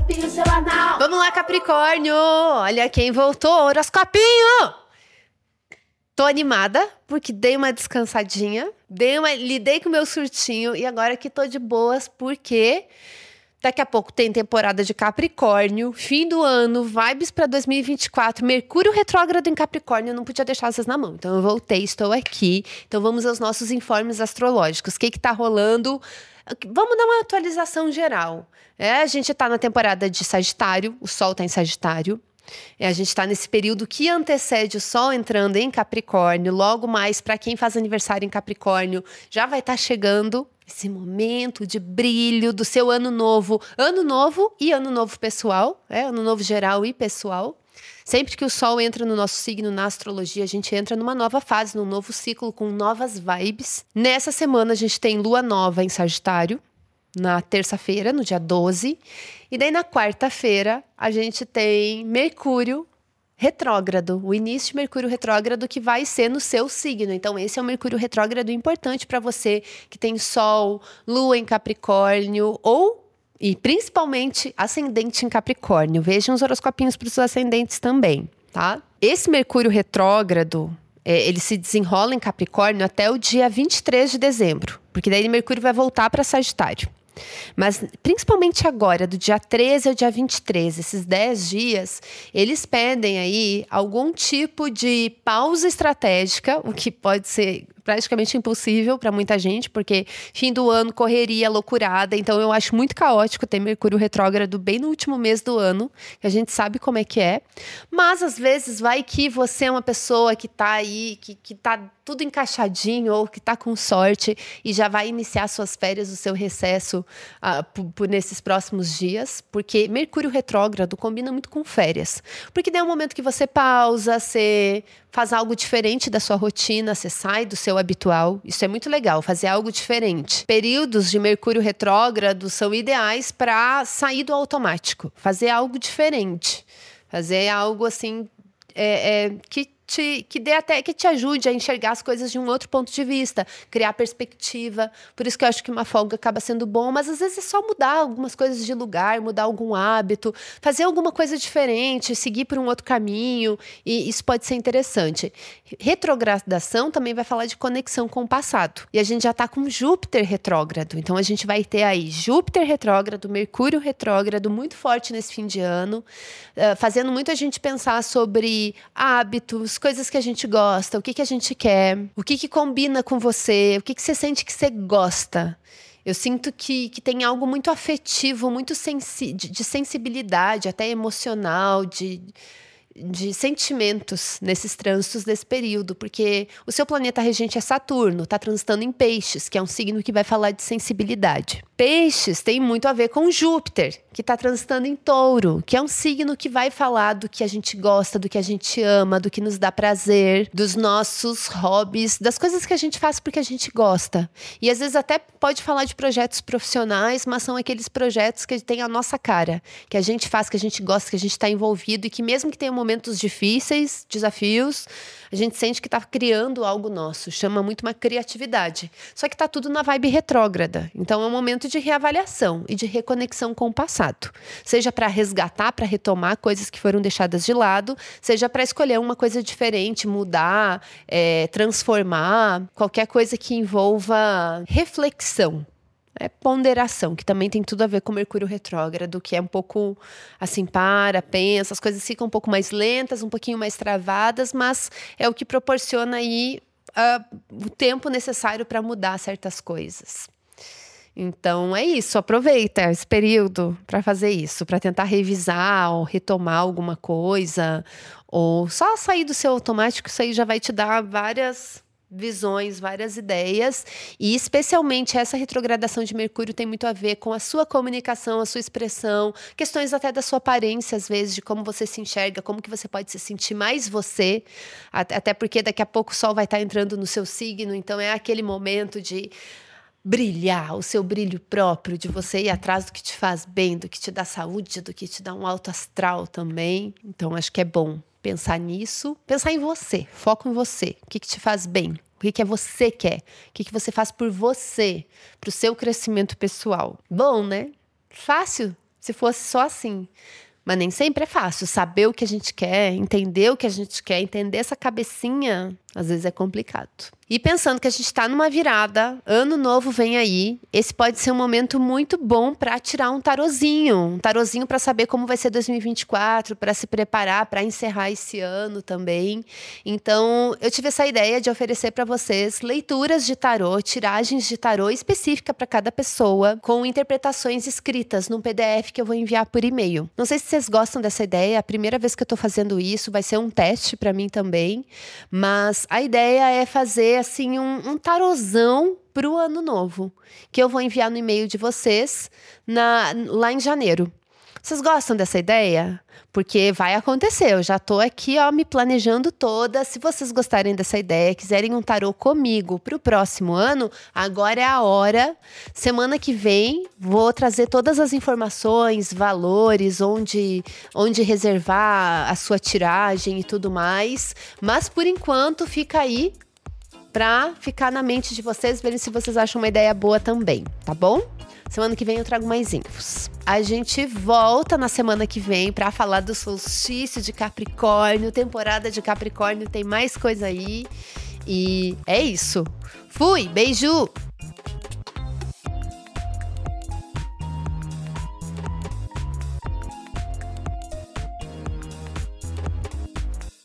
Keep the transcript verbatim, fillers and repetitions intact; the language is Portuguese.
horoscopinho semanal. Vamos lá, Capricórnio! Olha quem voltou, horoscopinho! Tô animada, porque dei uma descansadinha, dei uma, lidei com o meu surtinho e agora que tô de boas, porque daqui a pouco tem temporada de Capricórnio, fim do ano, vibes para dois mil e vinte e quatro, Mercúrio retrógrado em Capricórnio, eu não podia deixar vocês na mão. Então eu voltei, estou aqui. Então vamos aos nossos informes astrológicos. O que que tá rolando? Vamos dar uma atualização geral. É, a gente tá na temporada de Sagitário, o Sol tá em Sagitário. É, a gente está nesse período que antecede o Sol entrando em Capricórnio. Logo mais, para quem faz aniversário em Capricórnio, já vai estar tá chegando esse momento de brilho do seu ano novo. Ano novo e ano novo pessoal, é, ano novo geral e pessoal. Sempre que o Sol entra no nosso signo na astrologia, a gente entra numa nova fase, num novo ciclo com novas vibes. Nessa semana a gente tem Lua Nova em Sagitário, na terça-feira, no dia doze. E daí na quarta-feira a gente tem Mercúrio retrógrado, o início de Mercúrio retrógrado que vai ser no seu signo. Então esse é um Mercúrio retrógrado importante para você que tem Sol, Lua em Capricórnio ou e principalmente ascendente em Capricórnio. Vejam os horoscopinhos para os ascendentes também, tá? Esse Mercúrio retrógrado, é, ele se desenrola em Capricórnio até o dia vinte e três de dezembro, porque daí Mercúrio vai voltar para Sagitário. Mas principalmente agora, do dia treze ao dia vinte e três, esses dez dias, eles pedem aí algum tipo de pausa estratégica, o que pode ser praticamente impossível para muita gente, porque fim do ano, correria, loucurada. Então eu acho muito caótico ter Mercúrio retrógrado bem no último mês do ano, que a gente sabe como é que é. Mas às vezes vai que você é uma pessoa que tá aí, que, que tá tudo encaixadinho ou que tá com sorte e já vai iniciar suas férias, o seu recesso uh, por, por nesses próximos dias, porque Mercúrio retrógrado combina muito com férias. Porque daí é um momento que você pausa, você faz algo diferente da sua rotina, você sai do seu habitual. Isso é muito legal, fazer algo diferente. Períodos de Mercúrio retrógrado são ideais para sair do automático, fazer algo diferente, fazer algo assim é, é, que Te, que dê até que te ajude a enxergar as coisas de um outro ponto de vista, criar perspectiva. Por isso que eu acho que uma folga acaba sendo bom, mas às vezes é só mudar algumas coisas de lugar, mudar algum hábito, fazer alguma coisa diferente, seguir por um outro caminho, e isso pode ser interessante. Retrogradação também vai falar de conexão com o passado. E a gente já está com Júpiter retrógrado, então a gente vai ter aí Júpiter retrógrado, Mercúrio retrógrado, muito forte nesse fim de ano, uh, fazendo muito a gente pensar sobre hábitos, coisas que a gente gosta, o que, que a gente quer, o que, que combina com você, o que, que você sente que você gosta. Eu sinto que, que tem algo muito afetivo, muito sensi- de, de sensibilidade, até emocional, de, de sentimentos nesses trânsitos desse período, porque o seu planeta regente é Saturno, está transitando em Peixes, que é um signo que vai falar de sensibilidade. Peixes tem muito a ver com Júpiter, que está transitando em Touro, que é um signo que vai falar do que a gente gosta, do que a gente ama, do que nos dá prazer, dos nossos hobbies, das coisas que a gente faz porque a gente gosta. E às vezes até pode falar de projetos profissionais, mas são aqueles projetos que tem a nossa cara, que a gente faz, que a gente gosta, que a gente está envolvido e que mesmo que tenha momentos difíceis, desafios, a gente sente que está criando algo nosso. Chama muito uma criatividade. Só que está tudo na vibe retrógrada. Então é um momento de reavaliação e de reconexão com o passado. Seja para resgatar, para retomar coisas que foram deixadas de lado, seja para escolher uma coisa diferente, mudar, é, transformar, qualquer coisa que envolva reflexão. É ponderação, que também tem tudo a ver com Mercúrio retrógrado, que é um pouco assim, para, pensa, as coisas ficam um pouco mais lentas, um pouquinho mais travadas, mas é o que proporciona aí uh, o tempo necessário para mudar certas coisas. Então é isso, aproveita esse período para fazer isso, para tentar revisar ou retomar alguma coisa, ou só sair do seu automático, isso aí já vai te dar várias visões, várias ideias, e especialmente essa retrogradação de Mercúrio tem muito a ver com a sua comunicação, a sua expressão, questões até da sua aparência, às vezes, de como você se enxerga, como que você pode se sentir mais você, até porque daqui a pouco o Sol vai estar entrando no seu signo, então é aquele momento de brilhar, o seu brilho próprio, de você ir atrás do que te faz bem, do que te dá saúde, do que te dá um alto astral também. Então acho que é bom pensar nisso, pensar em você, foco em você, o que, que te faz bem, o que, que é você quer, o que, que você faz por você, para o seu crescimento pessoal. Bom, né? Fácil se fosse só assim. Mas nem sempre é fácil. Saber o que a gente quer, entender o que a gente quer, entender essa cabecinha, às vezes é complicado. E pensando que a gente está numa virada, ano novo vem aí, esse pode ser um momento muito bom para tirar um tarozinho. Um tarozinho para saber como vai ser dois mil e vinte e quatro, para se preparar, para encerrar esse ano também. Então, eu tive essa ideia de oferecer para vocês leituras de tarô, tiragens de tarô específica para cada pessoa, com interpretações escritas num P D F que eu vou enviar por e-mail. Não sei se vocês gostam dessa ideia, é a primeira vez que eu estou fazendo isso, vai ser um teste para mim também, mas a ideia é fazer assim um, um tarozão pro ano novo, que eu vou enviar no e-mail de vocês na, lá em janeiro. Vocês gostam dessa ideia? Porque vai acontecer, eu já tô aqui ó, me planejando toda. Se vocês gostarem dessa ideia, quiserem um tarô comigo pro próximo ano, agora é a hora. Semana que vem vou trazer todas as informações, valores, onde, onde reservar a sua tiragem e tudo mais. Mas por enquanto fica aí pra ficar na mente de vocês, verem se vocês acham uma ideia boa também, tá bom? Semana que vem eu trago mais infos. A gente volta na semana que vem para falar do solstício de Capricórnio, temporada de Capricórnio, tem mais coisa aí. E é isso. Fui, beijo!